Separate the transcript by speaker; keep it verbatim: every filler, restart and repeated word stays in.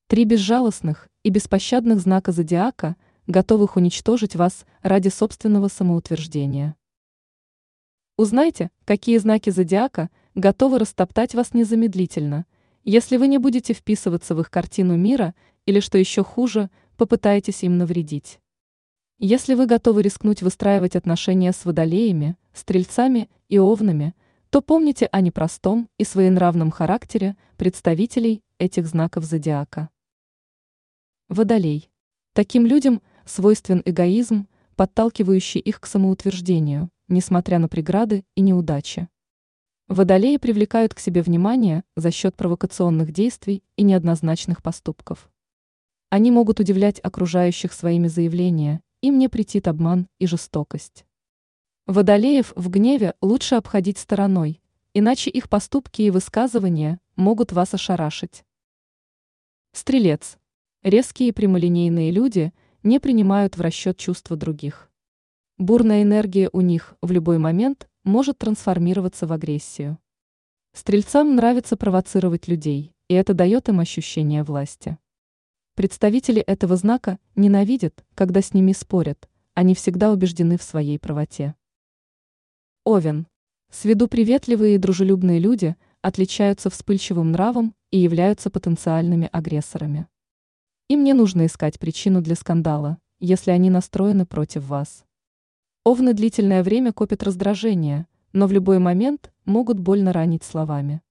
Speaker 1: Три безжалостных и беспощадных знака зодиака, готовых уничтожить вас ради собственного самоутверждения. Узнайте, какие знаки зодиака готовы растоптать вас незамедлительно, если вы не будете вписываться в их картину мира или, что еще хуже, попытаетесь им навредить. Если вы готовы рискнуть выстраивать отношения с водолеями, стрельцами и овнами, то помните о непростом и своенравном характере представителей этих знаков зодиака. Водолей. Таким людям свойствен эгоизм, подталкивающий их к самоутверждению, несмотря на преграды и неудачи. Водолеи привлекают к себе внимание за счет провокационных действий и неоднозначных поступков. Они могут удивлять окружающих своими заявлениями, им не претит обман и жестокость. Водолеев в гневе лучше обходить стороной, иначе их поступки и высказывания могут вас ошарашить. Стрелец. Резкие и прямолинейные люди не принимают в расчет чувства других. Бурная энергия у них в любой момент может трансформироваться в агрессию. Стрельцам нравится провоцировать людей, и это дает им ощущение власти. Представители этого знака ненавидят, когда с ними спорят, они всегда убеждены в своей правоте. Овен. С виду приветливые и дружелюбные люди отличаются вспыльчивым нравом и являются потенциальными агрессорами. Им не нужно искать причину для скандала, если они настроены против вас. Овны длительное время копят раздражение, но в любой момент могут больно ранить словами.